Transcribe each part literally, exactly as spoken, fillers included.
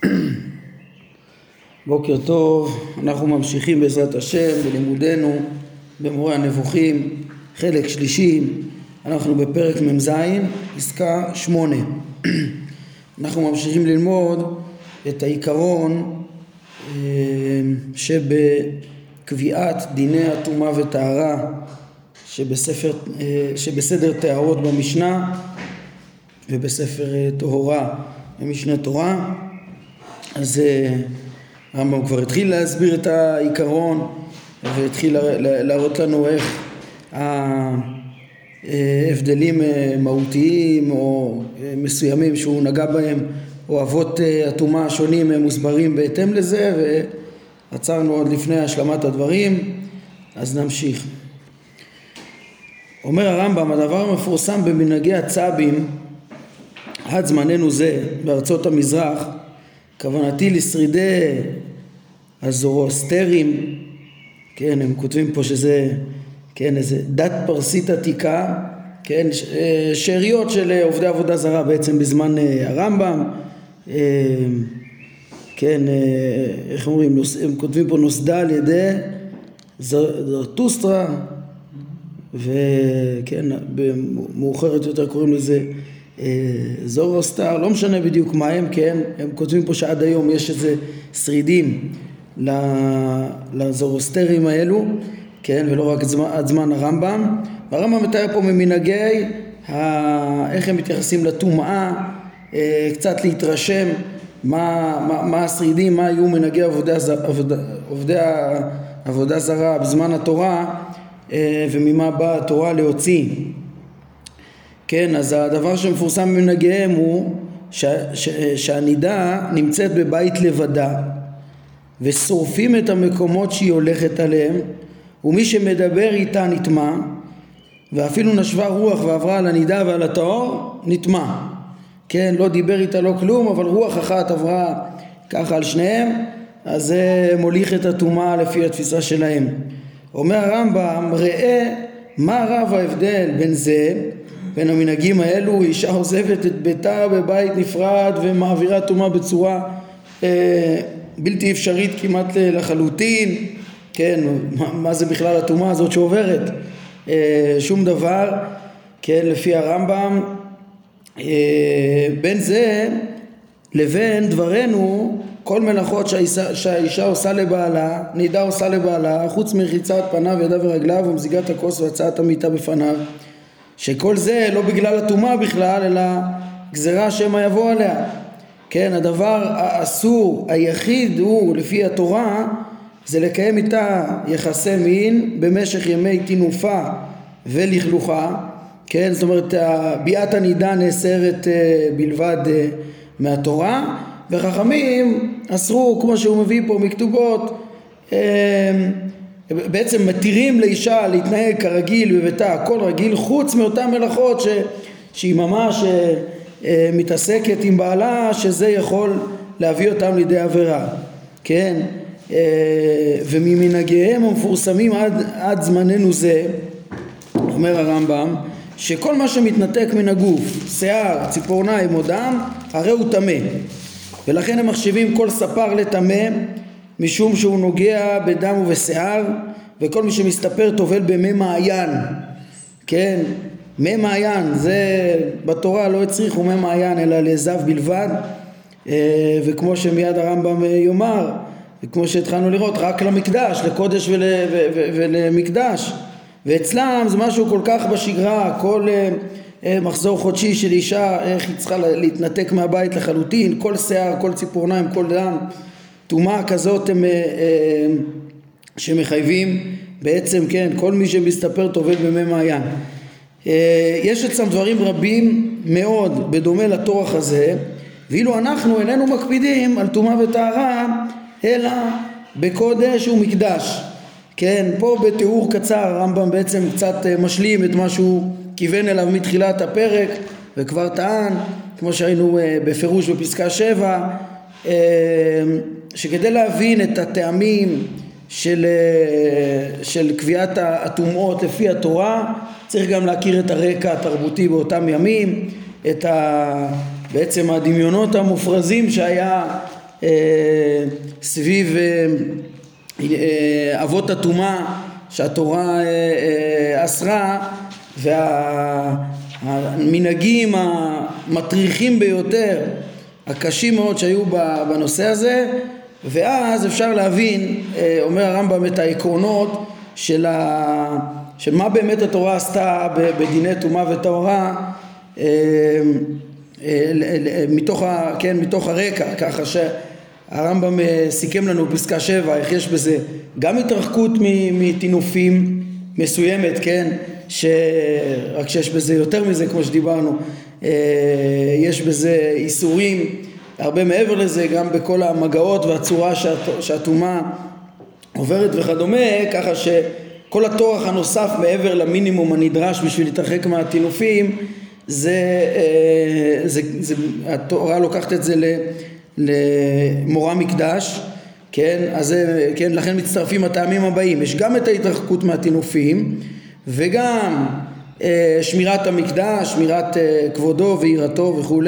בוקר טוב, אנחנו ממשיכים בעזרת השם בלימודנו במורה הנבוכים, חלק שלישי. אנחנו בפרק מ"ז, פסקה שמונה. אנחנו ממשיכים ללמוד את העיקרון שבקביעת דיני הטומאה וטהרה שבספר, שבסדר טהרות במשנה ובספר טהרה במשנה תורה. אז הרמב"ם כבר התחיל להסביר את העיקרון והתחיל להראות לנו איך ההבדלים מהותיים או מסוימים שהוא נגע בהם או אבות הטומאה השונים מוסברים בהתאם לזה, ועצרנו עוד לפני השלמת הדברים. אז נמשיך. אומר הרמב"ם, הדבר המפורסם במנהגי הצבים עד זמננו זה בארצות המזרח, כוונתי לשרידי הזורואסטרים, כן, הם כותבים פה שזה, כן, איזה דת פרסית עתיקה, כן, שאריות של עובדי עבודה זרה בעצם בזמן הרמב"ם, כן, איך אומרים, הם כותבים פה נוסדה על ידי זרטוסטרה, וכן, במאוחרת יותר קוראים לזה זורוסטר, לא משנה בדיוק מה הם, כן, הם כותבים פה שעד היום יש איזה שרידים לזורוסטרים האלו, כן, ולא רק עד זמן הרמב"ם. הרמב"ם מתאר פה ממנהגי איך הם מתייחסים לטומאה, קצת להתרשם מה, מה, מה השרידים, מה היו מנהגי עבודי, עבודי, עבודי עבודה זרה בזמן התורה, וממה באה התורה להוציא. כן, אז הדבר שמפורסם במנהגיהם הוא ש, ש, שהנידה נמצאת בבית לבדה ושורפים את המקומות שהיא הולכת עליהם, ומי שמדבר איתה נטמע, ואפילו נשבה רוח ועברה על הנידה ועל הטהור נטמע. כן, לא דיבר איתה לא כלום, אבל רוח אחת עברה ככה על שניהם, אז זה מוליך את הטומאה לפי התפיסה שלהם. אומר הרמב"ם, ראה מה רב ההבדל בין זה, בין המנהגים האלו. אישה עוזבת את ביתה בבית נפרד ומעבירה טומאה בצורה אה, בלתי אפשרית כמעט לחלוטין. כן, מה, מה זה בכלל הטומאה הזאת שעוברת? אה, שום דבר, כן, לפי הרמב"ם. אה, בין זה לבין דברנו, כל מלאכות שהאישה, שהאישה עושה לבעלה, נידה עושה לבעלה, חוץ מרחיצת פניו, ידיו ורגליו ומזיגת הכוס והצעת המיטה בפניו, שכל זה לא בגלל הטומאה בכלל, אלא גזרה שמא יבוא עליה. כן, הדבר האסור היחיד הוא לפי התורה זה לקיים איתה יחסי מין במשך ימי תינופה ולכלוכה. כן, זאת אומרת ביאת הנידה נאסרת בלבד מהתורה, וחכמים אסרו, כמו שהוא מביא פה מכתובות, בעצם מתירים לאישה להתנהג כרגיל בביתה, הכל רגיל, חוץ מאותן מלאכות ש, שהיא ממש מתעסקת עם בעלה, שזה יכול להביא אותם לידי עבירה. כן, וממנהגיהם המפורסמים עד, עד זמננו זה, אומר הרמב"ם, שכל מה שמתנתק מן הגוף, שיער, ציפורניים או דם, הרי הוא טמא, ולכן הם מחשיבים כל ספר לטמא, משום שהוא נוגע בדם ובשיער, וכל מי שמסתפר טובל במי מעיין. כן, מי מעיין, זה בתורה לא הצריכו מי מעיין אלא לזב בלבד, וכמו שמיד הרמב"ם יאמר, וכמו שהתחלנו לראות, רק למקדש, לקודש ול, ו, ו, ולמקדש. ואצלם זה משהו כל כך בשגרה, כל מחזור חודשי של אישה, איך היא צריכה להתנתק מהבית לחלוטין, כל שיער, כל ציפורניים, כל דם, טומאה כזאת הם, שמחייבים בעצם, כן, כל מי שמסתפר טובל במי מעיין. יש אצלם דברים רבים מאוד בדומה לתורח הזה, ואילו אנחנו איננו מקפידים על טומאה וטהרה אלא בקודש ומקדש. כן, פה בתיאור קצר הרמב"ם בעצם קצת משלים את מה שהוא כיוון אליו מתחילת הפרק, וכבר טען, כמו שהיינו בפירוש בפסקה שבע, שכדי להבין את הטעמים של, של קביעת הטומאות לפי התורה, צריך גם להכיר את הרקע התרבותי באותם ימים, את ה, בעצם הדמיונות המופרזים שהיה סביב אבות הטומאה שהתורה אסרה, והמנהגים המטריחים ביותר, הקשים מאוד שהיו בנושא הזה, ואז אפשר להבין, אומר הרמב"ם, את העקרונות של, ה... של מה באמת התורה עשתה בדיני טומאה וטהרה, מתוך, ה... כן, מתוך הרקע, ככה שהרמב"ם סיכם לנו בפסקה שבע, איך יש בזה גם התרחקות מטינופים מסוימת, כן, ש... רק שיש בזה יותר מזה, כמו שדיברנו, יש בזה איסורים הרבה מעבר לזה, גם בכל המגעות והצורה שהטומאה עוברת וכדומה, ככה שכל התורח הנוסף מעבר למינימום הנדרש בשביל להתרחק מהטינופים, זה, זה, זה, התורה לוקחת את זה למורא מקדש, כן, אז כן, לכן מצטרפים הטעמים הבאים, יש גם את ההתרחקות מהטינופים, וגם אה, שמירת המקדש, שמירת אה, כבודו ויראתו וכו',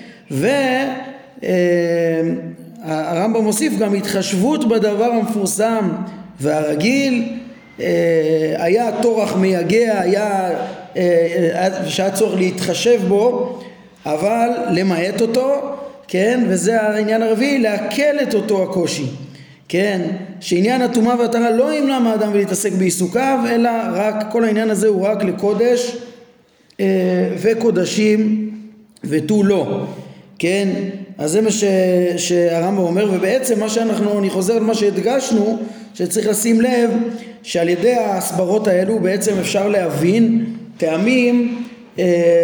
והרמב"ם מוסיף גם התחשבות בדבר המפורסם והרגיל, אה, היה תורח מייגע, היה אה, שהיה צורך להתחשב בו, אבל למעט אותו, כן, וזה העניין הרביעי, להקל את אותו הקושי, כן, שעניין הטומאה והטהרה לא ימנע מהאדם ולהתעסק בעיסוקיו, אלא רק, כל העניין הזה הוא רק לקודש אה, וקודשים ותו לא, כן, אז זה מה ש, שהרמב"ם אומר, ובעצם מה שאנחנו, אני חוזר למה שהדגשנו, שצריך לשים לב שעל ידי ההסברות האלו בעצם אפשר להבין טעמים אה,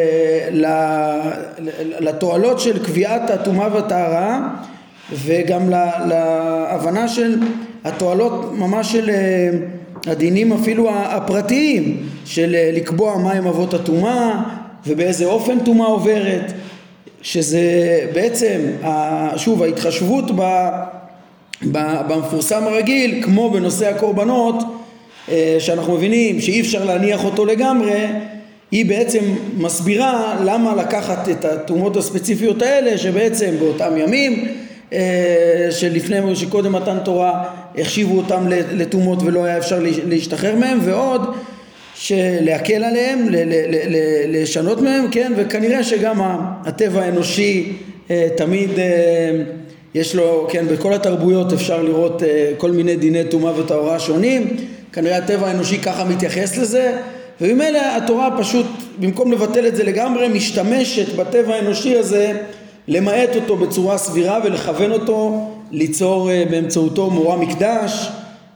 לתועלות של קביעת הטומאה והטהרה, וגם להבנה של התועלות ממש של הדינים אפילו הפרטיים, של לקבוע מהם אבות הטומאה ובאיזה אופן טומאה עוברת, שזה בעצם שוב ההתחשבות במפורסם הרגיל, כמו בנושא הקורבנות, שאנחנו מבינים שאי אפשר להניח אותו לגמרי, היא בעצם מסבירה למה לקחת את הטומאות הספציפיות האלה, שבעצם באותם ימים שלפני, שקודם מתן תורה החשיבו אותם לטומאות ולא היה אפשר להשתחרר מהם, ועוד להקל עליהם, לשנות מהם, כן, וכנראה שגם הטבע האנושי תמיד יש לו, כן, בכל התרבויות אפשר לראות כל מיני דיני טומאה וטהרה שונים, כנראה הטבע האנושי ככה מתייחס לזה, ובמילא התורה פשוט במקום לבטל את זה לגמרי משתמשת בטבע האנושי הזה למעט אותו בצורה סבירה ולכוון אותו ליצור באמצעותו מורא מקדש,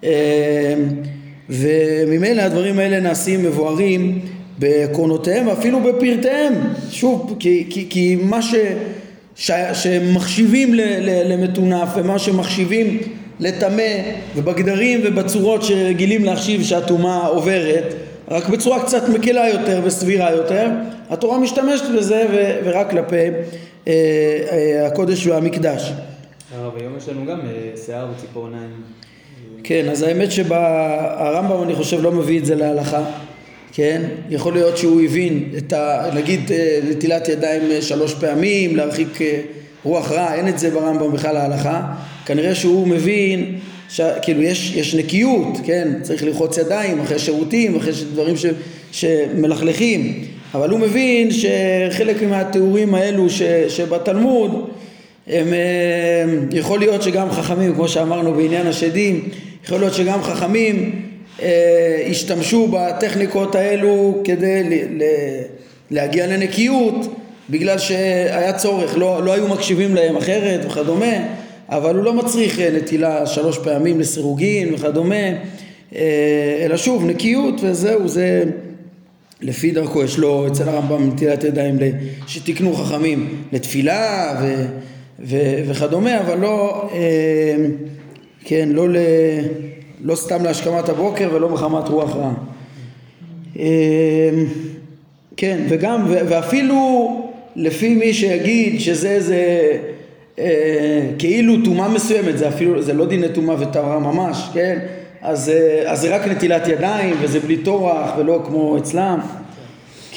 וממילא הדברים האלה נעשים מבוארים בעקרונותיהם ואפילו בפרטיהם, שוב, כי, כי, כי מה ש, ש, שמחשיבים למטונף ומה שמחשיבים לטמא ובגדרים ובצורות שרגילים להחשיב שהטומאה עוברת, רק בצורה קצת מקלה יותר וסבירה יותר, התורה משתמשת בזה ו, ורק כלפי אה, אה, הקודש והמקדש. הרב, היום יש לנו גם שיער וציפורניים. כן, אז האמת שהרמב"ם אני חושב לא מביא את זה להלכה, כן? יכול להיות שהוא הבין את ה... נגיד נטילת ידיים שלוש פעמים, להרחיק רוח רע, אין את זה ברמב"ם בכלל להלכה, כנראה שהוא מבין ש... כאילו יש, יש נקיות, כן? צריך ללחוץ ידיים אחרי שירותים, אחרי דברים ש... שמלכלכים, אבל הוא מבין שחלק מהתיאורים האלו ש... שבתלמוד, הם, יכול להיות שגם חכמים, כמו שאמרנו בעניין השדים, יכול להיות שגם חכמים אה, השתמשו בטכניקות האלו כדי ל, ל, להגיע לנקיות, בגלל שהיה צורך, לא, לא היו מקשיבים להם אחרת וכדומה, אבל הוא לא מצריך נטילה שלוש פעמים לסירוגין וכדומה, אה, אלא שוב נקיות, וזהו, זה לפי דרכו. יש לו אצל הרמב"ם נטילת ידיים שתקנו חכמים לתפילה ו... ו- וכדומה, אבל לא, אה, כן, לא, ל- לא סתם להשכמת הבוקר ולא מחמת רוח רע. אה, כן, וגם, ו- ואפילו לפי מי שיגיד שזה איזה, אה, כאילו טומאה מסוימת, זה אפילו, זה לא דיני טומאה וטהרה ממש, כן? אז, אז זה רק נטילת ידיים וזה בלי טורח ולא כמו אצלם. כן.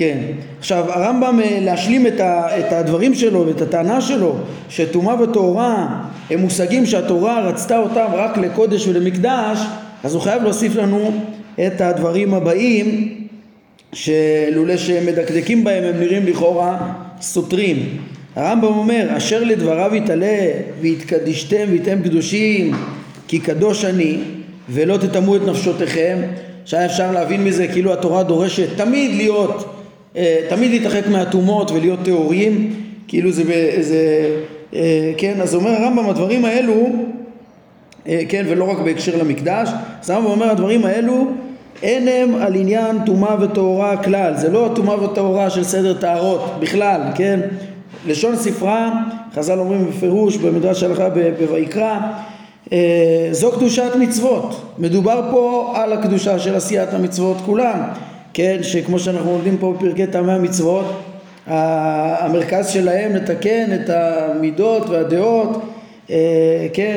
כן. עכשיו הרמב"ם להשלים את, ה, את הדברים שלו ואת הטענה שלו שטומאה וטהרה הם מושגים שהתורה רצתה אותם רק לקודש ולמקדש, אז הוא חייב להוסיף לנו את הדברים הבאים שלולא שמדקדקים בהם הם נראים לכאורה סותרים. הרמב"ם אומר אשר לדבריו יתעלה והתקדישתם והייתם קדושים כי קדוש אני ולא תטמאו את נפשותיכם. שהיה אפשר להבין מזה כאילו התורה דורשת תמיד להיות, תמיד להתרחק מהטומאות ולהיות טהורים, כאילו זה, זה כן, אז אומר הרמב"ם הדברים האלו, כן, ולא רק בהקשר למקדש, אז הרמב"ם אומר הדברים האלו אין הם על עניין טומאה וטהרה כלל, זה לא טומאה וטהרה של סדר טהרות בכלל, כן, לשון ספרה חז"ל אומרים בפירוש במדרש הלכה בויקרא, זו קדושת מצוות. מדובר פה על הקדושה של עשיית המצוות כולם, כן, שכמו שאנחנו לומדים פה בפרקי טעמי המצוות, המרכז שלהם לתקן את המידות והדעות, כן,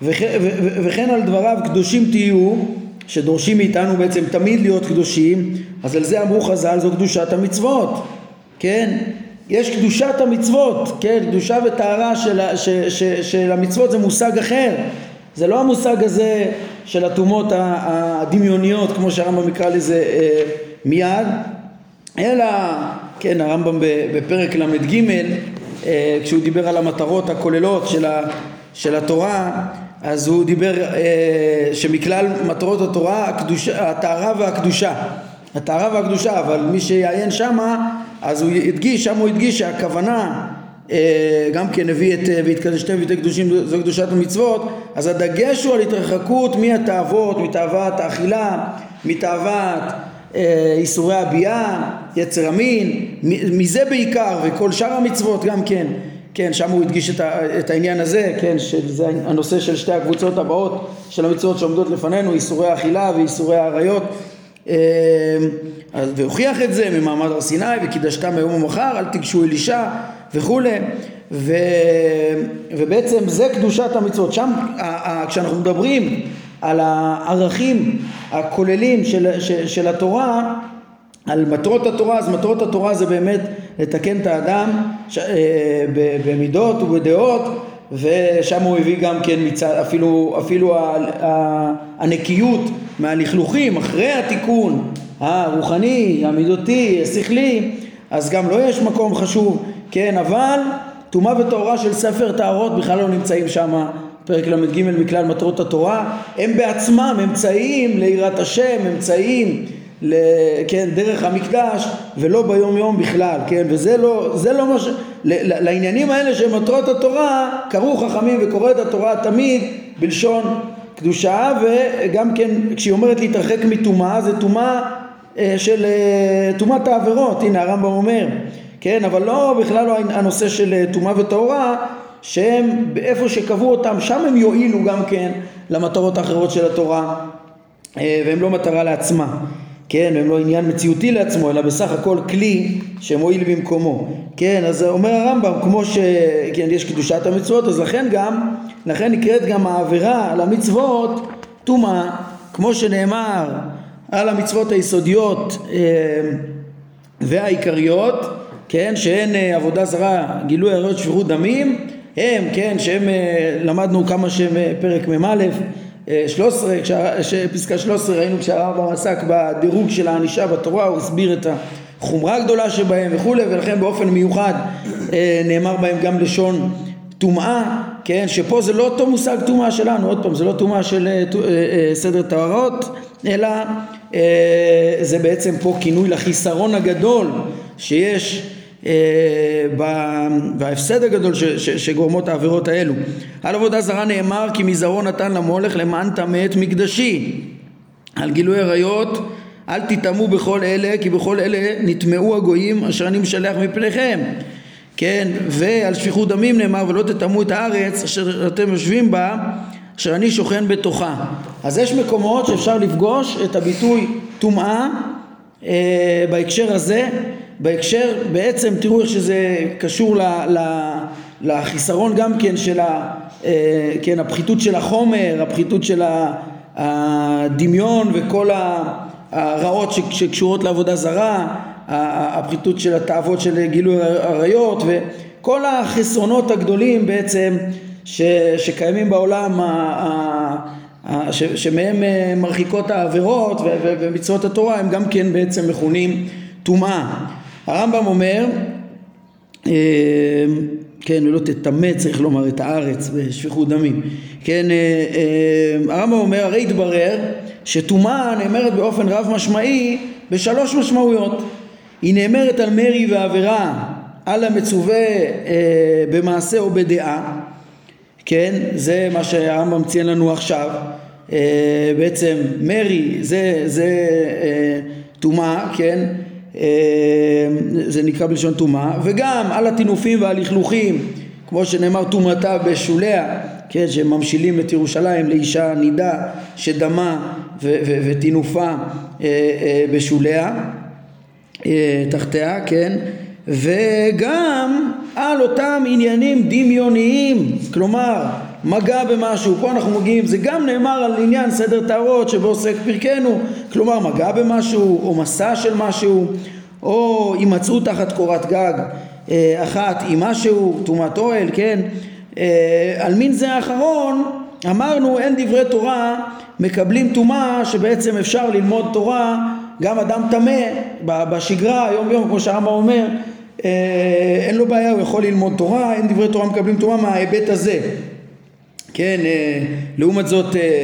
וכן על דבריו קדושים תהיו, שדורשים מאיתנו בעצם תמיד להיות קדושים. אז על זה אמרו חז"ל זו קדושת המצוות, כן, יש קדושת המצוות, כן, קדושה וטהרה של, ש, ש, של המצוות זה מושג אחר, זה לא המושג הזה של הטומאות הדמיוניות כמו שהרמב"ם יקרא לזה אה, מיד, אלא כן, הרמב"ם בפרק למד ג' אה, כשהוא דיבר על המטרות הכוללות של, ה, של התורה, אז הוא דיבר אה, שמכלל מטרות התורה הקדושה, הטהרה והקדושה, הטהרה והקדושה, אבל מי שיעיין שמה אז הוא הדגיש, שם הוא הדגיש שהכוונה גם כן הביא את והתקדשתם והייתם קדושים זו קדושת המצוות, אז הדגש הוא על התרחקות מהתאוות, מתאוות האכילה, מתאוות איסורי הביאה, יצר המין, מזה בעיקר, וכל שאר המצוות גם כן, כן, שם הוא הדגיש את, ה, את העניין הזה, כן, שזה הנושא של שתי הקבוצות הבאות של המצוות שעומדות לפנינו, איסורי האכילה ואיסורי העריות, והוכיח את זה ממעמד הר סיני וקידשתם היום ומחר אל תיגשו אל אישה וכו', ו... ובעצם זה קדושת המצוות. שם כשאנחנו מדברים על הערכים הכוללים של, של, של התורה, על מטרות התורה, אז מטרות התורה זה באמת לתקן את האדם ש... במידות ובדעות, ושם הוא הביא גם כן מצד, אפילו, אפילו ה, ה, הנקיות מהלכלוכים אחרי התיקון הרוחני, המידותי, השכלי, אז גם לא יש מקום חשוב, כן, אבל טומאה וטהרה של ספר טהרות בכלל לא נמצאים שם, פרק למד ג' מכלל מטרות התורה, הם בעצמם אמצעים ליראת השם, אמצעים ל, כן, דרך המקדש ולא ביום יום בכלל, כן, וזה לא, זה לא מה ש... ל, לעניינים האלה של מטרות התורה קראו חכמים וקוראת התורה תמיד בלשון קדושה, וגם כן כשהיא אומרת להתרחק מטומאה זה טומאה של טומאת העבירות, הנה הרמב"ם אומר, כן, אבל לא בכלל לא הנושא של טומאה וטהרה שהם באיפה שקבעו אותם שם הם יועילו גם כן למטרות האחרות של התורה, והם לא מטרה לעצמה, כן, הם לא עניין מציאותי לעצמו אלא בסך הכל כלי שמועיל במקומו, כן. אז אומר הרמב"ם כמו שכן יש קדושת המצוות, אז לכן גם לכן נקראת גם העבירה על המצוות טומאה, כמו שנאמר על המצוות היסודיות והעיקריות, כן, שהן עבודה זרה, גילוי עריות, שפיכות דמים, הם, כן, שהם למדנו כמה שהם פרק מ"א שלוש עשרה, פסקה שלוש עשרה, ראינו כשהרמב"ם עסק בדירוג של הענישה בתורה, הוא הסביר את החומרה הגדולה שבהם וכו', ולכן באופן מיוחד נאמר בהם גם לשון טומאה, כן, שפה זה לא אותו מושג טומאה שלנו, עוד פעם, זה לא טומאה של סדר טהרות, אלא זה בעצם פה כינוי לחיסרון הגדול שיש בהפסד הגדול שגורמות העבירות האלו. על עבודה זרה נאמר כי מזרעו נתן למולך למען טמא את מקדשי. על גילוי עריות אל תטמאו בכל אלה כי בכל אלה נטמאו הגויים אשר אני משלח מפניכם, כן. ועל שפיכות דמים נאמר ולא תטמאו את הארץ אשר אתם יושבים בה אשר אני שוכן בתוכה. אז יש מקומות שאפשר לפגוש את הביטוי טומאה אה, בהקשר הזה, בהקשר בעצם תראו איך שזה קשור ל, ל, לחיסרון גם כן של ה, אה, כן, הפחיתות של החומר, הפחיתות של הדמיון וכל הרעות שקשורות לעבודה זרה, הפחיתות של התאוות של גילוי עריות וכל החסרונות הגדולים בעצם ש, שקיימים בעולם, ש, שמהם מרחיקות העבירות ומצוות התורה, הם גם כן בעצם מכונים טומאה. הרמב"ם אומר, כן, ולא תטמא, צריך לומר, את הארץ בשפיכות דמים. כן, הרמב"ם אומר, הרי התברר שטומאה נאמרת באופן רב משמעי בשלוש משמעויות. היא נאמרת על מרי ועבירה, על המצווה במעשה או בדעה. כן, זה מה שהרמב"ם ציין לנו עכשיו. בעצם מרי זה זה טומאה, כן, זה נקרא בלשון טומאה, וגם על התינופים והלכלוכים, כמו שנאמר טומאתה בשוליה, כן, שממשילים את ירושלים לאישה נידה שדמה ו- ו- ותינופה בשוליה תחתיה, כן, וגם על אותם עניינים דמיוניים, כלומר מגע במשהו. פה אנחנו מגיעים, זה גם נאמר על עניין סדר טהרות שבו עוסק פרקנו, כלומר מגע במשהו או מסע של משהו, או הימצאות תחת קורת גג אחת עם משהו, טומאת אוהל, כן. על מין זה האחרון אמרנו, אין דברי תורה מקבלים טומאה, שבעצם אפשר ללמוד תורה גם אדם טמא בשגרה יום יום, כמו שהרמב"ם אומר, אין לו בעיה, הוא יכול ללמוד תורה, אין דברי תורה מקבלים טומאה מההיבט הזה. כן, לעומת זאת,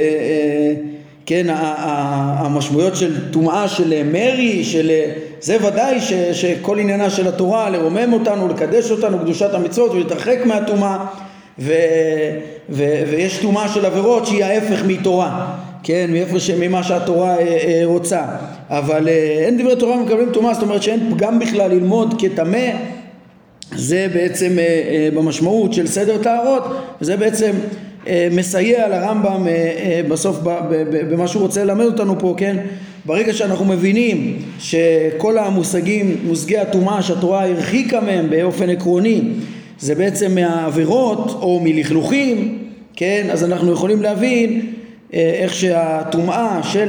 כן, המשמעויות של טומאה של מרי, של זה ודאי ש, שכל עניינה של התורה לרומם אותנו, לקדש אותנו, קדושת המצוות, ולהתרחק מהטומאה, ו, ו, ויש טומאה של עבירות שהיא ההפך מתורה, כן, ממה שהתורה רוצה. אבל אין דברי תורה מקבלים טומאה, זאת אומרת שאין פגם בכלל ללמוד כטמא. זה בעצם במשמעות של סדר טהרות, וזה בעצם מסייע לרמב"ם בסוף במה שהוא רוצה ללמד אותנו פה, כן? ברגע שאנחנו מבינים שכל המושגים, מושגי הטומאה שהתורה הרחיקה מהם באופן עקרוני, זה בעצם מהעבירות או מלכלוכים, כן? אז אנחנו יכולים להבין איך שהטומאה של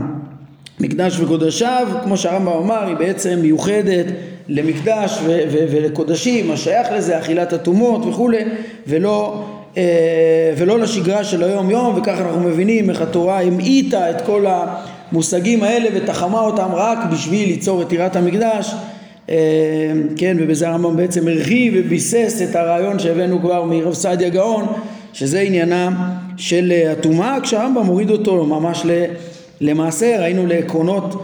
המקדש וקודשיו, כמו שהרמב"ם אמר, היא בעצם מיוחדת למקדש ו- ו- ולקודשים, השייך לזה, אכילת הטומאות וכו', ולא, אה, ולא לשגרה של היום יום. וכך אנחנו מבינים איך התורה המעיטה את כל המושגים האלה ותחמה אותם רק בשביל ליצור את יראת המקדש, אה, כן, ובזה הרמב"ם בעצם הרחיב וביסס את הרעיון שהבאנו כבר מרב סעדיה גאון, שזה עניינה של הטומאה, כשהרמב"ם מוריד אותו ממש למעשה, ראינו לעקרונות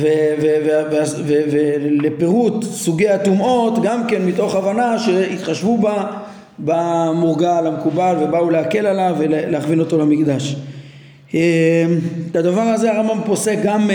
ולפירוט סוגי הטומאות, גם כן מתוך הבנה שהתחשבו בה במורגל המקובל ובאו להקל עליו ולהכווין אותו למקדש. את הדבר הזה הרמב"ם פוסק גם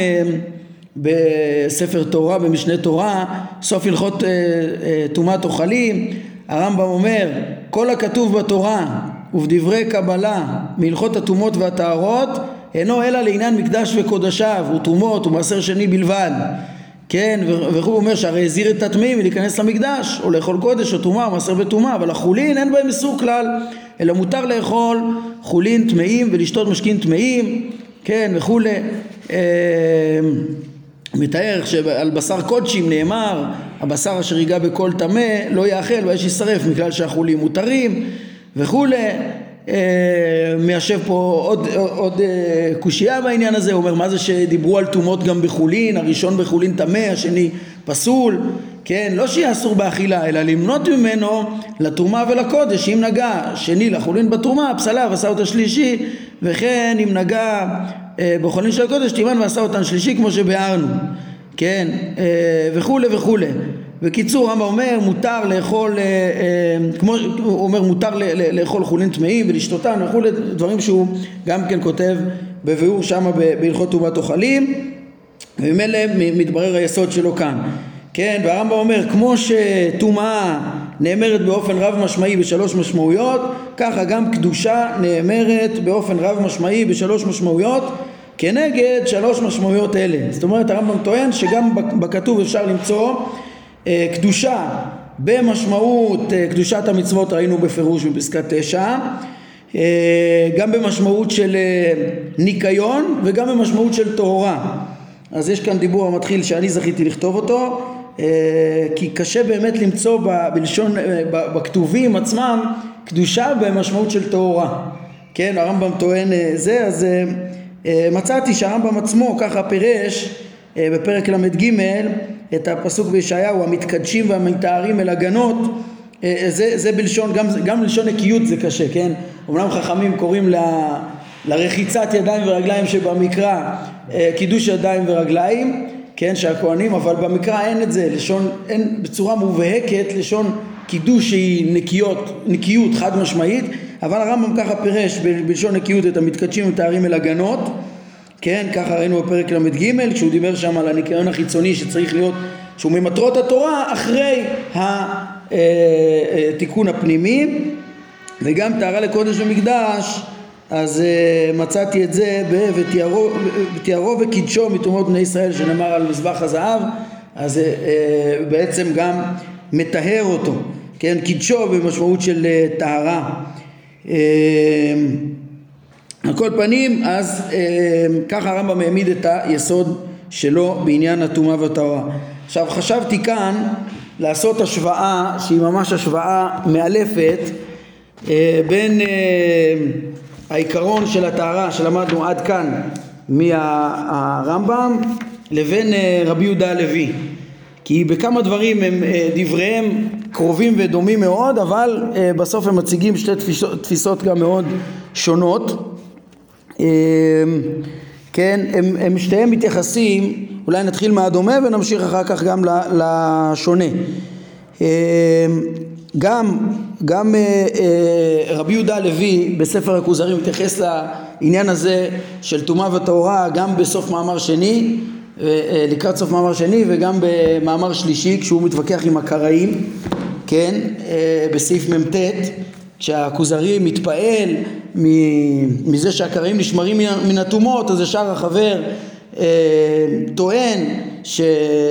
בספר תורה, במשנה תורה, סוף הלכות טומאת אוכלים. הרמב"ם אומר, כל הכתוב בתורה ובדברי קבלה מהלכות הטומאות והטהרות אינו אלא לעניין מקדש וקודשיו וטומאות ומעשר שני בלבד, כן, וכהוא אומר שהרי הזהיר את הטמאים להיכנס למקדש או לאכול קודש או טומאה או מעשר בטומאה, אבל החולין אין בהם איסור כלל, אלא מותר לאכול חולין טמאים ולשתות משקין טמאים, כן, וכו'. מתאר שעל בשר קודשים נאמר, הבשר אשר ייגע בכל טמא לא יאכל ויש ישרף, מכלל שהחולים מותרים וכו'. מיישב פה עוד, עוד קושייה בעניין הזה. הוא אומר, מה זה שדיברו על טומאות גם בחולין, הראשון בחולין טמא, השני פסול, כן, לא שיהיה אסור באכילה, אלא למנות ממנו לתרומה ולקודש. אם נגע שני לחולין בתרומה, פסלה ועשה אותה שלישי, וכן אם נגע בחולין של הקודש, תימן ועשה אותה שלישי, כמו שבארנו, כן, וכו' וכו'. בקיצור, הרמב"ם אומר, מותר לאכול, כמו הוא אומר, מותר לאכול חולין טמאים ולשתותן וכו', דברים שהוא גם כן כותב בביאור שם בהלכות טומאת אוכלים, וממילא מתברר היסוד שלו כאן, כן. והרמב"ם אומר, כמו שטומאה נאמרת באופן רב משמעי בשלוש משמעויות, ככה גם קדושה נאמרת באופן רב משמעי בשלוש משמעויות, כנגד שלוש משמעויות אלה. זאת אומרת, הרמב"ם טוען שגם בכתוב אפשר למצוא קדושה במשמעות קדושת המצוות, ראינו בפירוש בפסקה תשע, גם במשמעות של ניקיון וגם במשמעות של טהרה. אז יש כאן דיבור המתחיל שאני זכיתי לכתוב אותו, כי קשה באמת למצוא בלשון, בכתובים עצמם קדושה במשמעות של טהורה. כן, הרמב"ם טוען זה, אז מצאתי שהרמב"ם עצמו ככה פירש בפרק למד ג' את הפסוק בישעיהו, המתקדשים והמתארים אל הגנות. זה, זה בלשון, גם, גם בלשון נקיות זה קשה, כן? אומנם חכמים קוראים ל, לרחיצת ידיים ורגליים שבמקרא קידוש ידיים ורגליים, כן, שהכהנים, אבל במקרא אין את זה, לשון, אין בצורה מובהקת לשון קידוש שהיא נקיות, נקיות חד משמעית, אבל הרמב"ם ככה פירש בלשון נקיות את המתקדשים ומתארים אל הגנות, כן, ככה ראינו בפרק למד ג' כשהוא דיבר שם על הניקיון החיצוני שצריך להיות, שהוא ממטרות התורה אחרי התיקון הפנימי, וגם טהרה לקודש ומקדש. אז uh, מצאתי את זה ותיארו וקידשו מטומאות בני ישראל שנאמר על מזבח הזהב, אז uh, בעצם גם מטהר אותו, כן, קידשו במשמעות של uh, טהרה. Uh, על כל פנים, אז uh, ככה הרמב"ם העמיד את היסוד שלו בעניין הטומאה והטהרה. עכשיו חשבתי כאן לעשות השוואה שהיא ממש השוואה מאלפת uh, בין uh, העיקרון של הטהרה שלמדנו עד כאן מהרמב"ם לבין רבי יהודה הלוי, כי בכמה דברים הם דבריהם קרובים ודומים מאוד, אבל בסוף הם מציגים שתי תפיסות, תפיסות גם מאוד שונות. כן, הם, הם שתיהם מתייחסים, אולי נתחיל מהדומה ונמשיך אחר כך גם לשונה. גם, גם אה, אה, רבי יהודה הלוי בספר הכוזרי מתייחס לעניין הזה של טומאה וטהרה גם בסוף מאמר שני, אה, לקראת סוף מאמר שני, וגם במאמר שלישי כשהוא מתווכח עם הקראים, כן, אה, בסעיף מ"ט, כשהכוזרי מתפעל מזה שהקראים נשמרים מן הטומאות, אז ישר החבר אה, טוען ש,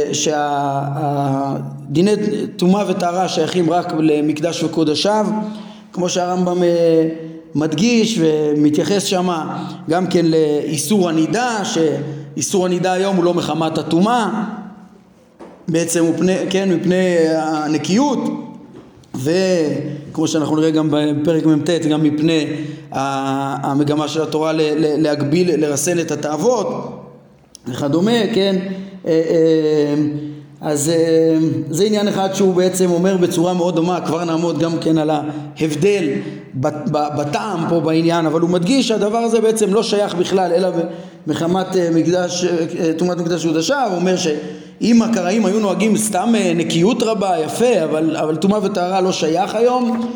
שהדיני טומאה וטהרה שייכים רק למקדש וקודשיו, כמו שהרמב"ם מדגיש ומתייחס שמה גם כן לאיסור הנידה, שאיסור הנידה היום הוא לא מחמת הטומאה, בעצם הוא פני, כן, מפני הנקיות, וכמו שאנחנו נראה גם בפרק מ"ט, גם מפני המגמה של התורה להגביל, לרסן את התאוות וכדומה, כן. אז זה עניין אחד שהוא בעצם אומר בצורה מאוד דומה, כבר נעמוד גם כן על ההבדל בטעם פה בעניין, אבל הוא מדגיש שהדבר הזה בעצם לא שייך בכלל אלא מחמת מקדש, טומאת מקדש וקודשיו. הוא אומר שאם הקראים היו נוהגים סתם נקיות רבה, יפה, אבל, אבל טומאה וטהרה לא שייך היום.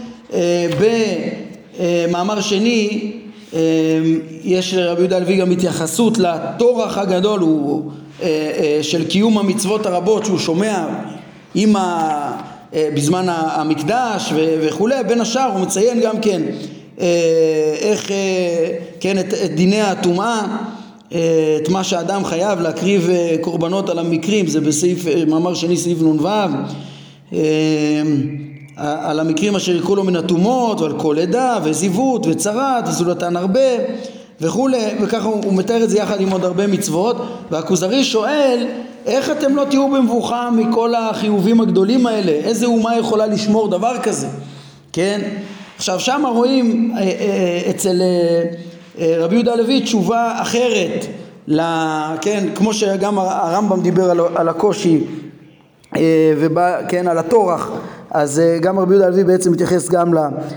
במאמר שני יש לרבי יהודה הלוי גם התייחסות לטורח הגדול הוא של קיום המצוות הרבות שהוא שומע עם ה, בזמן המקדש וכו'. בין השאר הוא מציין גם כן איך, כן, את, את דיני הטומאה, את מה שאדם חייב להקריב קורבנות על המקרים, זה בסעיף מאמר שני סעיף נ"ו, על המקרים אשר יקרו לו מן הטומאות ועל כל עדה וזיוות וצרת וזולתן הרבה וכו', וככה הוא, הוא מתאר את זה יחד עם עוד הרבה מצוות. והכוזרי שואל איך אתם לא תהיו במבוכה מכל החיובים הגדולים האלה, איזה אומה יכולה לשמור דבר כזה, כן. עכשיו שם רואים אצל רבי יהודה הלוי תשובה אחרת, כן, כמו שגם הרמב"ם דיבר על, על הקושי ובא, כן, על התורח, אז גם רבי יהודה הלוי בעצם מתייחס גם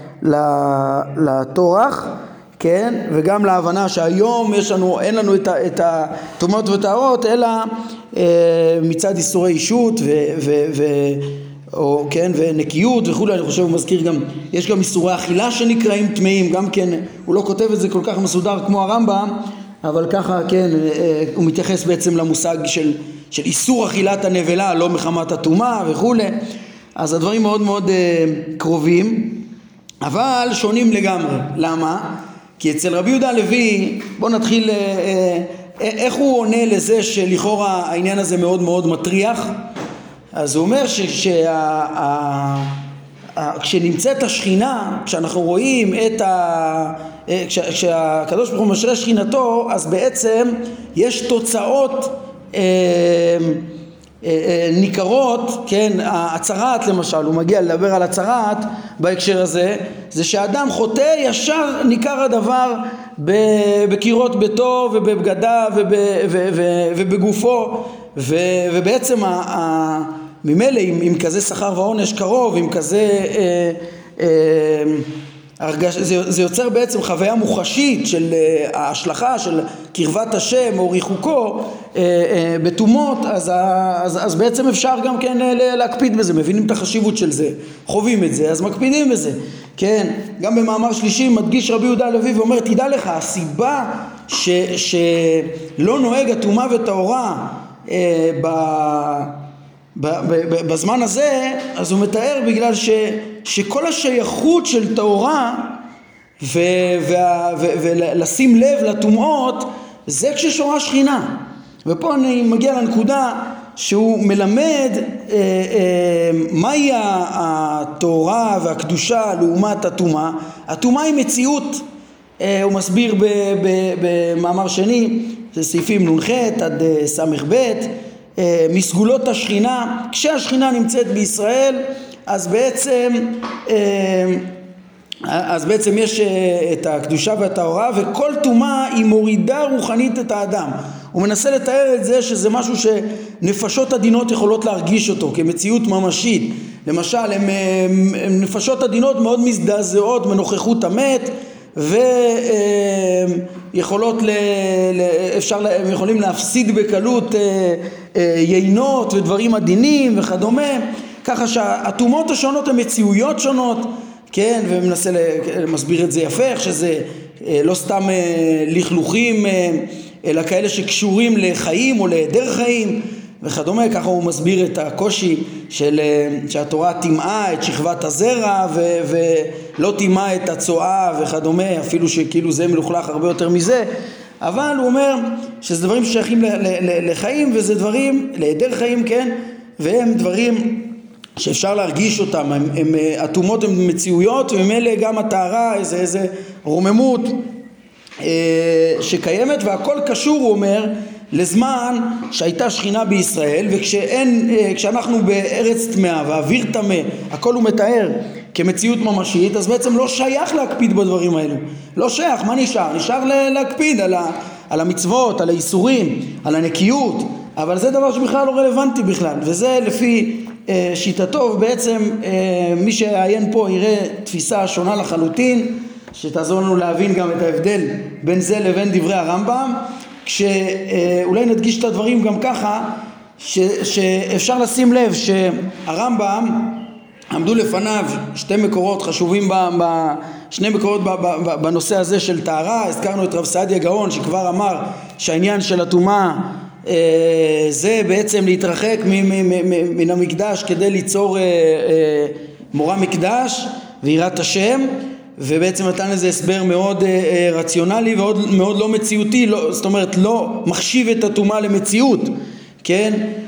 לתורח, כן, וגם להבנה שהיום יש לנו, אין לנו את, את הטומאות וטהרות אלא אה, מצד איסורי אישות ו, ו, ו, או, כן, ונקיות וכו'. אני חושב הוא מזכיר גם, יש גם איסורי אכילה שנקראים טמאים, גם כן, הוא לא כותב את זה כל כך מסודר כמו הרמב"ם, אבל ככה, כן, אה, הוא מתייחס בעצם למושג של, של איסור אכילת הנבלה, לא מחמת הטומאה וכו'. אז הדברים מאוד מאוד אה, קרובים, אבל שונים לגמרי. למה? כי אצל רבי יהודה הלוי, בוא נתחיל, אה, אה, איך הוא עונה לזה שלכאורה העניין הזה מאוד מאוד מטריח. אז הוא אומר שכשנמצאת השכינה, כשאנחנו רואים את ה... כשהקדוש ברוך הוא משרה שכינתו, אז בעצם יש תוצאות אה, ניכרות, כן, הצרת למשל, הוא מגיע לדבר על הצרת בהקשר הזה, זה שאדם חוטא ישר ניכר הדבר בקירות ביתו ובבגדיו ובגופו, ובעצם ממילא עם כזה שכר ועונש קרוב, עם כזה הרגש, זה, זה יוצר בעצם חוויה מוחשית של uh, ההשלכה של קרבת השם או ריחוקו uh, uh, בתומות, אז, אז, אז בעצם אפשר גם כן uh, להקפיד בזה, מבינים את החשיבות של זה, חווים את זה, אז מקפידים בזה. כן, גם במאמר שלישי מדגיש רבי יהודה הלוי ואומר, תדע לך, הסיבה ש, שלא נוהג הטומאה וטהרה uh, ב... בזמן הזה, אז הוא מתאר בגלל ש, שכל השייכות של טהרה ולשים לב לטומאות זה כששורה שכינה. ופה אני מגיע לנקודה שהוא מלמד אה, אה, מהי הטהרה והקדושה לעומת הטומאה. הטומאה היא מציאות, אה, הוא מסביר ב, ב, במאמר שני, זה סעיפים נ"ח עד ס"ב, מסגולות השכינה. כשהשכינה נמצאת בישראל, אז בעצם אז בעצם יש את הקדושה והטהרה, וכל טומאה היא מורידה רוחנית את האדם. הוא מנסה לתאר את זה שזה משהו שנפשות עדינות יכולות להרגיש אותו כמציאות ממשית. למשל, הם, הם נפשות עדינות מאוד מזדעזעות מנוכחות המת, ויכולות ל... אפשר, הם יכולים להפסיד בקלות יינות ודברים עדינים וכדומה, ככה שהטומאות השונות הן מציאויות שונות, כן, ומנסה למסביר את זה יפה, איך שזה לא סתם לכלוכים, אלא כאלה שקשורים לחיים או להיעדר חיים וכדומה. ככה הוא מסביר את הקושי של שהתורה תימאה את שכבת הזרע ו, ולא תימאה את הצואה וכדומה, אפילו שכאילו זה מלוכלך הרבה יותר מזה. אבל הוא אומר שזה דברים ששייכים לחיים, וזה דברים להיעדר חיים, כן, והם דברים שאפשר להרגיש אותם. הם, הם, הטומאות הן מציאויות, וממילא גם הטהרה איזה, איזה רוממות אה, שקיימת, והכל קשור, הוא אומר, לזמן שהייתה שכינה בישראל, וכשאין, כשאנחנו בארץ טמאה והאוויר טמא, הכל הוא מתאר כמציאות ממשית, אז בעצם לא שייך להקפיד בדברים האלו. לא שייך, מה נשאר? נשאר להקפיד על, ה, על המצוות, על האיסורים, על הנקיות, אבל זה דבר שבכלל לא רלוונטי בכלל, וזה לפי אה, שיטתו, בעצם אה, מי שעיין פה יראה תפיסה שונה לחלוטין, שתעזור לנו להבין גם את ההבדל בין זה לבין דברי הרמב"ם. כשאולי נדגיש את הדברים גם ככה, ש, שאפשר לשים לב שהרמב"ם עמדו לפניו שתי מקורות חשובים, ב, ב, שני מקורות ב, ב, ב, בנושא הזה של טהרה. הזכרנו את רב סעדיה גאון שכבר אמר שהעניין של הטומאה אה, זה בעצם להתרחק מ, מ, מ, מן המקדש כדי ליצור אה, אה, מורא מקדש ויראת השם, ובעצם נתן לזה הסבר מאוד uh, uh, רציונלי ועוד מאוד לא מציאותי, לא, זאת אומרת לא מחשיב את הטומאה למציאות, כן?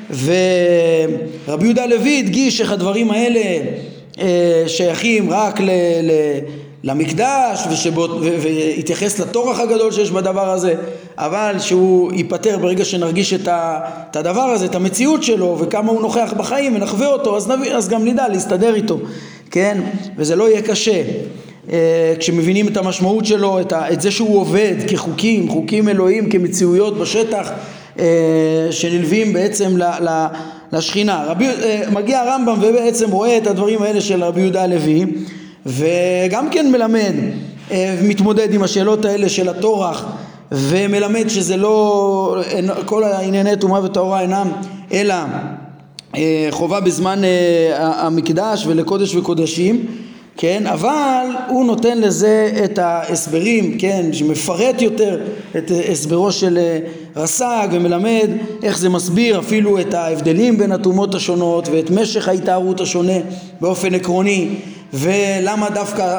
ורבי יהודה הלוי הדגיש איך הדברים האלה uh, שייכים רק ל, ל, למקדש, ושבו, ו, והתייחס לתורח הגדול שיש בדבר הזה, אבל שהוא ייפטר ברגע שנרגיש את, ה, את הדבר הזה, את המציאות שלו וכמה הוא נוכח בחיים ונחווה אותו, אז, נביא, אז גם נדע להסתדר איתו, כן? וזה לא יהיה קשה. כשמבינים את המשמעות שלו, את, ה, את זה שהוא עובד כחוקים, חוקים אלוהים, כמציאויות בשטח שנלווים בעצם ל, ל, לשכינה. רבי, מגיע הרמב"ם ובעצם רואה את הדברים האלה של רבי יהודה הלוי, וגם כן מלמד, מתמודד עם השאלות האלה של התורח, ומלמד שזה לא, כל הענייני טומאה וטהרה אינם אלא חובה בזמן המקדש ולקודש וקודשים, כן, אבל הוא נותן לזה את ההסברים, כן, שמפרט יותר את הסברו של רס"ג, ומלמד איך זה מסביר אפילו את ההבדלים בין הטומאות השונות ואת משך ההתארות השונה באופן עקרוני, ולמה דווקא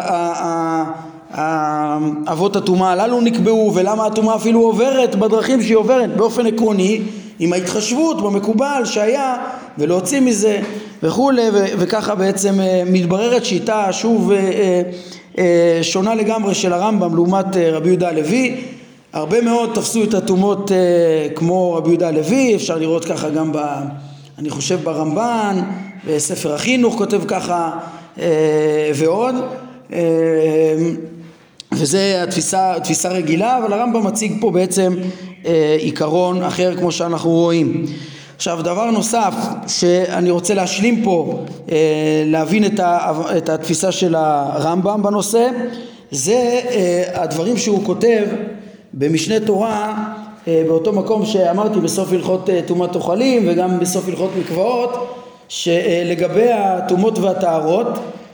אבות הטומאה הללו נקבעו, ולמה הטומאה אפילו עוברת בדרכים שהיא עוברת באופן עקרוני, עם ההתחשבות במקובל שהיה, ולהוציא מזה וכולי, וככה בעצם מתבררת שיטה שוב שונה לגמרי של הרמב"ם לעומת רבי יהודה הלוי. הרבה מאוד תפסו את הטומאות כמו רבי יהודה הלוי, אפשר לראות ככה גם אני חושב ברמב"ן, בספר החינוך כותב ככה ועוד, וזה התפיסה, התפיסה רגילה, אבל הרמב"ם מציג פה בעצם עיקרון אחר כמו שאנחנו רואים. עכשיו דבר נוסף שאני רוצה להשלים פה, להבין את, ה, את התפיסה של הרמב"ם בנושא, זה הדברים שהוא כותב במשנה תורה, באותו מקום שאמרתי בסוף הלכות טומאת אוכלים וגם בסוף הלכות מקוואות, שלגבי הטומאות והטהרות,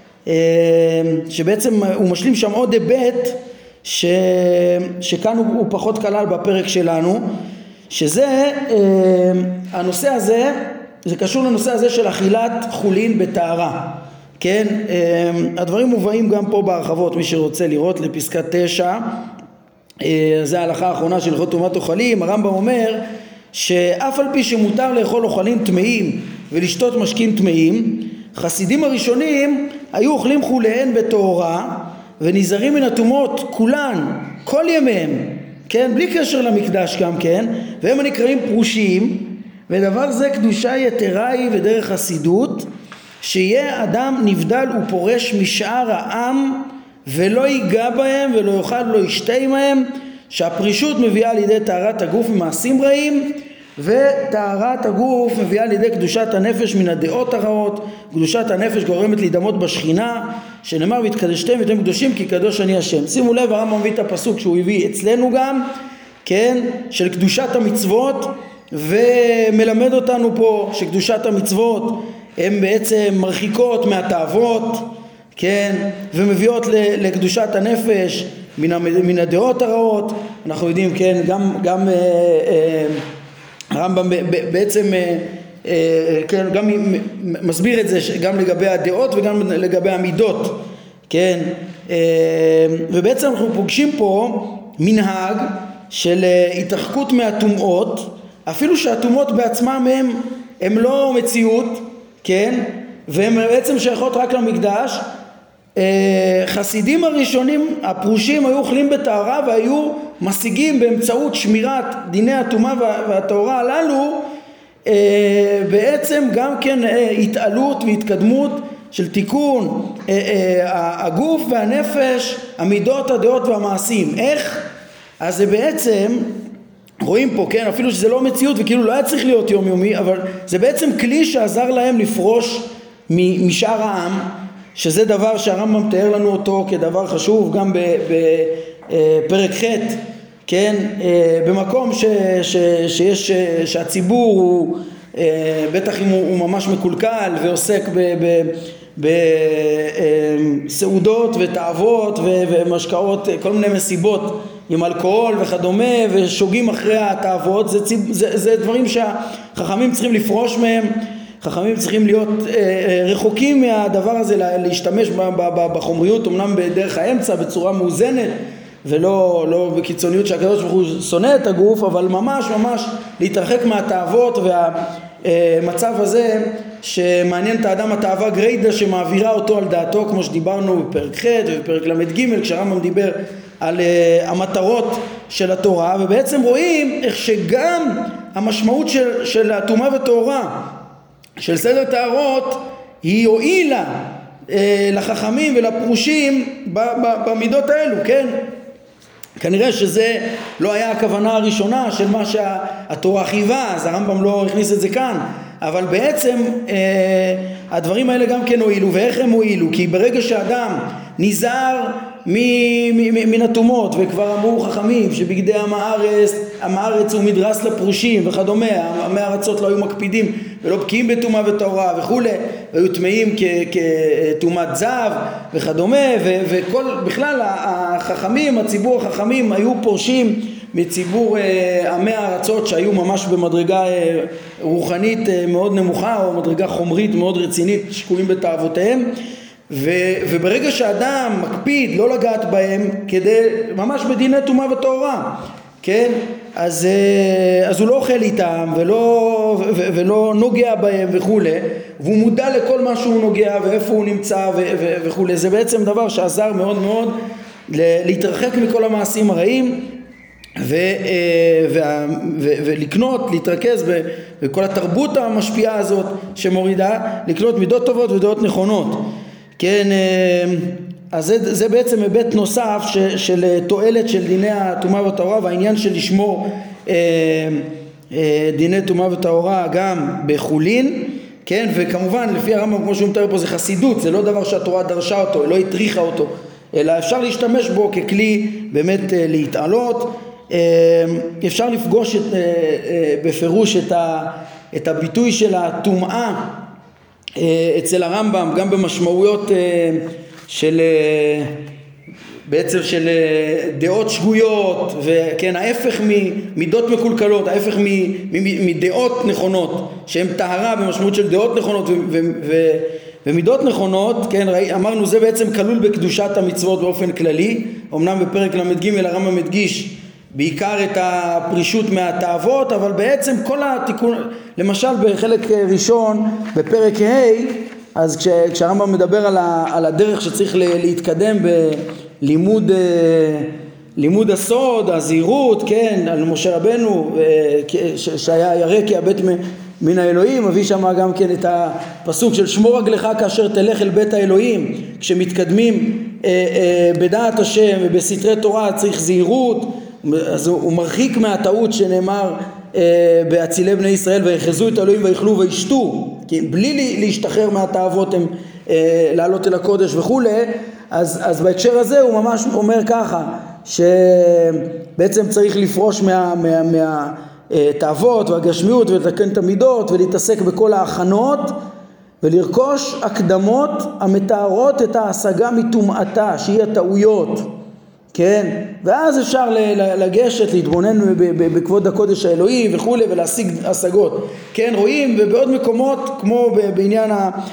שבעצם הוא משלים שם עוד היבט ש... שכאן הוא, הוא פחות כלל בפרק שלנו, שזה הנושא הזה, זה קשור לנושא הזה של אכילת חולין בטהרה, כן? הדברים מובאים גם פה בהרחבות, מי שרוצה לראות לפסקה תשע, זה ההלכה האחרונה של הלכות טומאת אוכלים. הרמב"ם אומר שאף על פי שמותר לאכול אוכלים טמאים ולשתות משקים טמאים, חסידים הראשונים היו אוכלים חוליהן בטהרה ונזהרים מן הטומאות כולן כל ימיהם, כן, בלי קשר למקדש גם כן, והם הנקראים פרושים. ודבר זה קדושה יתרה היא ודרך חסידות, שיהיה אדם נבדל ופורש משאר העם ולא ייגע בהם ולא יאכל ולא ישתה עמהם, שהפרישות מביאה לידי טהרת הגוף ממעשים רעים, וטהרת הגוף מביאה לידי קדושת הנפש מן הדעות הרעות. קדושת הנפש גורמת להידמות בשכינה, שנאמר והתקדשתם ואתם קדושים כי קדוש אני השם. שימו לב, הרמב"ם מביא את הפסוק שהוא הביא אצלנו גם, כן, של קדושת המצוות, ומלמד אותנו פה שקדושת המצוות הן בעצם מרחיקות מהתאוות, כן, ומביאות לקדושת הנפש מן הדעות הרעות. אנחנו יודעים, כן, גם גם אה, אה, הרמב"ם בעצם כן, גם מסביר את זה גם לגבי הדעות וגם לגבי המידות, כן, ובעצם אנחנו פוגשים פה מנהג של התרחקות מהטומאות, אפילו שהטומאות בעצמם הם, הם לא מציאות, כן, והם בעצם שייכות רק למקדש. חסידים הראשונים הפרושים היו אוכלים בטהרה והיו משיגים באמצעות שמירת דיני הטומאה והטהרה הללו בעצם גם כן התעלות והתקדמות של תיקון הגוף והנפש, המידות, הדעות והמעשים. איך? אז זה בעצם רואים פה, כן, אפילו שזה לא מציאות וכאילו לא היה צריך להיות יומיומי, אבל זה בעצם כלי שעזר להם לפרוש משאר העם, שזה דבר שהרמב"ם תיאר לנו אותו כדבר חשוב גם בפרק ח', כן, במקום ש, ש, שיש, שהציבור הוא, בטח אם הוא, הוא ממש מקולקל ועוסק בסעודות ותאוות ומשקאות, כל מיני מסיבות עם אלכוהול וכדומה, ושוגים אחרי התאוות, זה, זה, זה דברים שהחכמים צריכים לפרוש מהם. חכמים צריכים להיות אה, רחוקים מהדבר הזה, להשתמש בחומריות, אמנם בדרך האמצע, בצורה מאוזנת, ולא לא בקיצוניות שהקדוש ברוך הוא שונא את הגוף, אבל ממש ממש להתרחק מהתאוות, והמצב הזה שמעניין את האדם התאווה גריידה שמעבירה אותו על דעתו, כמו שדיברנו בפרק ח' ובפרק למד ג', כשהרמב"ם דיבר על uh, המטרות של התורה, ובעצם רואים איך שגם המשמעות של, של הטומאה וטהרה, של סדר טהרות, היא הועילה אה, לחכמים ולפרושים ב, ב, במידות האלו, כן? כנראה שזה לא היה הכוונה הראשונה של מה שהתורה חייבה, אז הרמב"ם לא הכניס את זה כאן, אבל בעצם אה, הדברים האלה גם כן הועילו. ואיך הם הועילו? כי ברגע שאדם נזהר מן הטומאות, וכבר אמרו חכמים שבגדי עם הארץ, עם הארץ הוא מדרס לפרושים וכדומה, עמי הארצות לא היו מקפידים ולא בקיאים בטומאה וטהרה וכולי, והיו טמאים כטומאת זהב וכדומה, וכל בכלל החכמים, הציבור החכמים היו פורשים מציבור עמי הארצות שהיו ממש במדרגה רוחנית מאוד נמוכה, או מדרגה חומרית מאוד רצינית, שקועים בתאוותיהם. ו, וברגע שאדם מקפיד לא לגעת בהם, כדי ממש בדיני טומאה וטהרה, כן, אז, אז הוא לא אוכל איתם ולא, ו, ולא נוגע בהם וכולי, והוא מודע לכל מה שהוא נוגע ואיפה הוא נמצא ו, ו, וכולי. זה בעצם דבר שעזר מאוד מאוד להתרחק מכל המעשים הרעים ו, וה, ו, ולקנות, להתרכז בכל התרבות המשפיעה הזאת שמורידה, לקנות מידות טובות ודעות נכונות. כן, אז זה, זה בעצם היבט נוסף ש, של תועלת של דיני הטומאה והטהרה, והעניין של לשמור אה, אה, דיני טומאה וטהרה גם בחולין, כן, וכמובן לפי הרמב"ם כמו שהוא מתאר פה זה חסידות, זה לא דבר שהתורה דרשה אותו, לא הטריחה אותו, אלא אפשר להשתמש בו ככלי באמת להתעלות. אפשר לפגוש את, בפירוש את, ה, את הביטוי של הטומאה אצל הרמב"ם גם במשמעויות של בעצם של דעות שגויות, וכן, ההפך ממידות מקולקלות, ההפך מדעות נכונות שהן טהרה במשמעות של דעות נכונות ו, ו, ו, ומידות נכונות, כן, אמרנו זה בעצם כלול בקדושת המצוות באופן כללי. אמנם בפרק למ"ג הרמב"ם מדגיש בעיקר את הפרישות מהתאוות, אבל בעצם כל התיקון, למשל בחלק ראשון בפרק ה', אז כש, כשהרמב"ם מדבר על, ה, על הדרך שצריך להתקדם בלימוד לימוד הסוד, הזהירות, כן, על משה רבנו שהיה ירא כי הבט מן האלוהים, מביא שם גם כן את הפסוק של שמור רגלך כאשר תלך אל בית האלוהים. כשמתקדמים אה, אה, בדעת השם ובסתרי תורה צריך זהירות, אז הוא, הוא מרחיק מהטעות שנאמר אה, בהצילי בני ישראל ויחזו את האלוהים ויאכלו וישתו, כי בלי להשתחרר מהתאוות הם אה, לעלות אל הקודש וכולי. אז, אז בהקשר הזה הוא ממש אומר ככה שבעצם צריך לפרוש מה, מה, מה תאוות והגשמיות ולתקן את המידות ולהתעסק בכל ההכנות ולרכוש הקדמות המתארות את ההשגה מטומאתה שהיא הטעויות, כן, ואז אפשר לגשת להתבונן בכבוד הקודש האלוהי וכו' ולהשיג השגות, כן, רואים. ובעוד מקומות כמו בעניין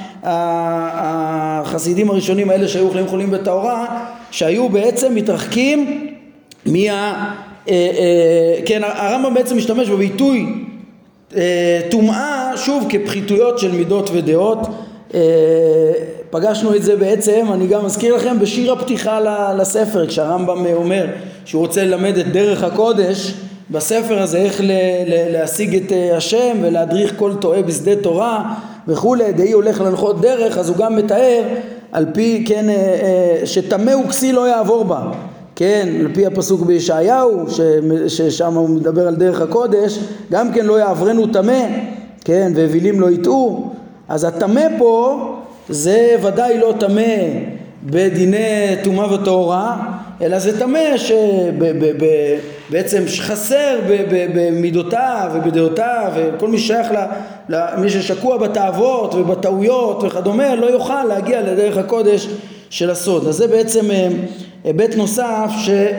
החסידים הראשונים האלה שהיו אוכלים חולים בטהרה, שהיו בעצם מתרחקים מה אה, אה, כן, הרמב"ם בעצם משתמש בביטוי טומאה שוב כפחיתויות של מידות ודעות. אה, פגשנו את זה בעצם, אני גם מזכיר לכם בשיר הפתיחה לספר, כשהרמב"ם אומר שהוא רוצה ללמד את דרך הקודש בספר הזה, איך ל- ל- להשיג את השם ולהדריך כל טועה בשדה תורה וכולי, דהי הולך לנחות דרך. אז הוא גם מתאר על פי, כן, שטמא וכסיל לא יעבור בה, כן, על פי הפסוק בישעיהו ששם הוא מדבר על דרך הקודש, גם כן לא יעברנו טמא, כן, ואווילים לא יטעו. אז הטמא פה זה ודאי לא טמא בדיני טומאה וטהרה, אלא זה טמא שבעצם חסר במידותיו ובדעותיו, וכל מי שייך למי ששקוע בתאוות ובטעויות וכדומה לא יוכל להגיע לדרך הקודש של הסוד. אז זה בעצם היבט נוסף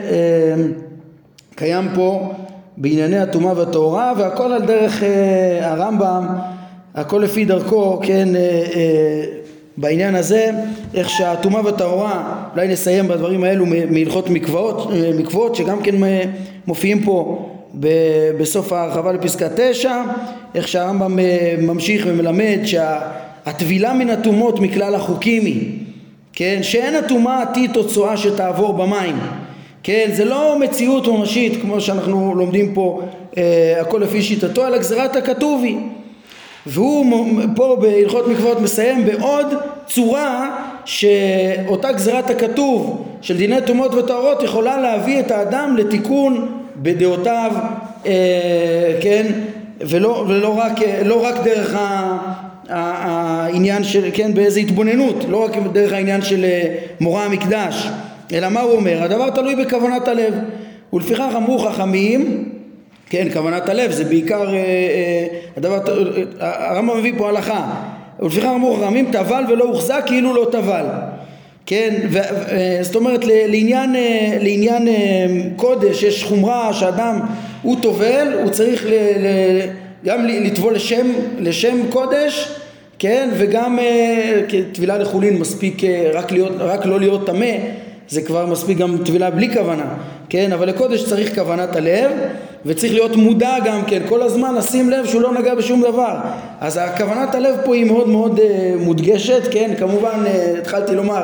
שקיים פה בענייני הטומאה והטהרה, והכל על דרך הרמב"ם, הכל לפי דרכו, כן, בעניין הזה, איך שהטומאה והטהרה, אולי נסיים בדברים האלו מהלכות מקוואות, מקוואות שגם כן מופיעים פה בסוף ההרחבה לפסקה תשע, איך שהרמב"ם ממשיך ומלמד שהטבילה מן הטומאות מכלל החוקים היא, כן, שאין הטומאה עתיד תוצאה שתעבור במים, כן, זה לא מציאות ממשית כמו שאנחנו לומדים פה, אה, הכל לפי שיטתו, אלא גזירת הכתוב היא. והוא פה בהלכות מקוואות מסיים בעוד צורה שאותה גזירת הכתוב של דיני טומאות וטהרות יכולה להביא את האדם לתיקון בדעותיו, אה, כן, ולא, ולא רק, לא רק דרך ה, העניין של, כן, באיזה התבוננות, לא רק דרך העניין של מורא המקדש, אלא מה הוא אומר? הדבר תלוי בכוונת הלב, ולפיכך אמרו חכמים, כן, כוונת הלב זה בעיקר, אה, אה, הדבר, הרמב"ם מביא פה הלכה, ולפיכך אמרו חכמים טבל ולא הוחזק כאילו לא טבל, כן, ו, אה, זאת אומרת לעניין, אה, לעניין אה, קודש יש חומרה שאדם הוא טובל, הוא צריך ל, ל, גם לטבול לשם, לשם קודש, כן, וגם אה, כטבילה לחולין מספיק אה, רק, להיות, רק לא להיות טמא, זה כבר מספיק גם טבילה בלי כוונה, כן, אבל לקודש צריך כוונת הלב, וצריך להיות מודע גם כן, כל הזמן לשים לב שהוא לא נגע בשום דבר. אז הכוונת הלב פה היא מאוד מאוד uh, מודגשת, כן, כמובן uh, התחלתי לומר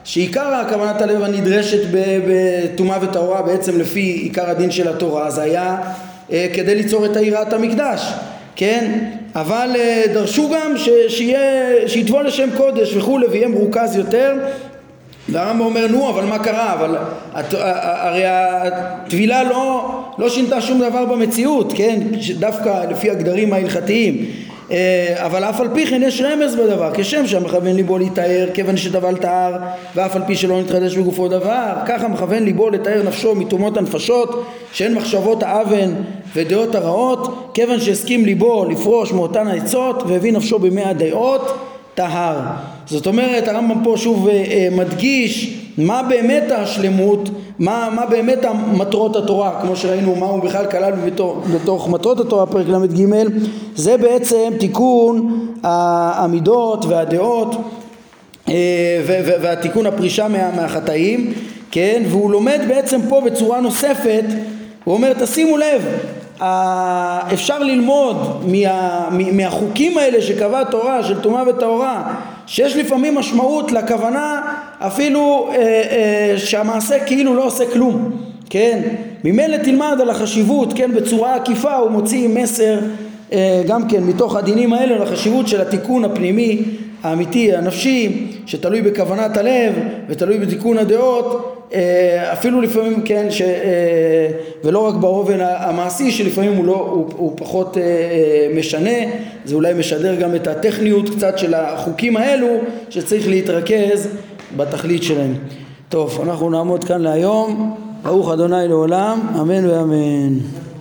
שעיקר הכוונת הלב הנדרשת בטומאה וטהרה בעצם לפי עיקר הדין של התורה, זה היה אה, כדי ליצור את יראת המקדש, כן? אבל אה, דרשו גם שיהיה, שיטבול לשם קודש וכו' ויהיה מרוכז יותר. והרמב"ם אומר, נו, אבל מה קרה? אבל הרי הטבילה לא, לא שינתה שום דבר במציאות, כן? דווקא לפי הגדרים ההלכתיים. אבל אף על פי כן יש רמז בדבר, כשם שהמכוון ליבו להתאר כיוון שטבל טהר, ואף על פי שלא נתחדש בגופו דבר, ככה מכוון ליבו לתאר נפשו מטומאות הנפשות שהן מחשבות האוון ודעות הרעות, כיוון שהסכים ליבו לפרוש מאותן העצות והביא נפשו במי הדעות טהר. זאת אומרת, הרמב"ם פה שוב מדגיש מה באמת השלמות, מה, מה באמת מטרות התורה, כמו שראינו מה הוא בכלל כלל בתוך, בתוך מטרות התורה פרק למד ג', זה בעצם תיקון המידות והדעות והתיקון הפרישה מה, מהחטאים, כן? והוא לומד בעצם פה בצורה נוספת, הוא אומר תשימו לב, אפשר ללמוד מה, מהחוקים האלה שקבעה התורה של טומאה וטהרה, שיש לפעמים משמעות לכוונה אפילו אה, אה, שהמעשה כאילו לא עושה כלום, כן? ממילא תלמד על החשיבות, כן? בצורה עקיפה הוא מוציא מסר אה, גם כן מתוך הדינים האלה על החשיבות של התיקון הפנימי האמיתי הנפשי שתלוי בכוונת הלב ותלוי בתיקון הדעות, אפילו לפעמים כן ש... ולא רק באופן המעשי שלפעמים הוא, לא, הוא, הוא פחות משנה, זה אולי משדר גם את הטכניות קצת של החוקים האלו שצריך להתרכז בתכלית שלהם. טוב, אנחנו נעמוד כאן להיום. ברוך אדוני לעולם, אמן ואמן.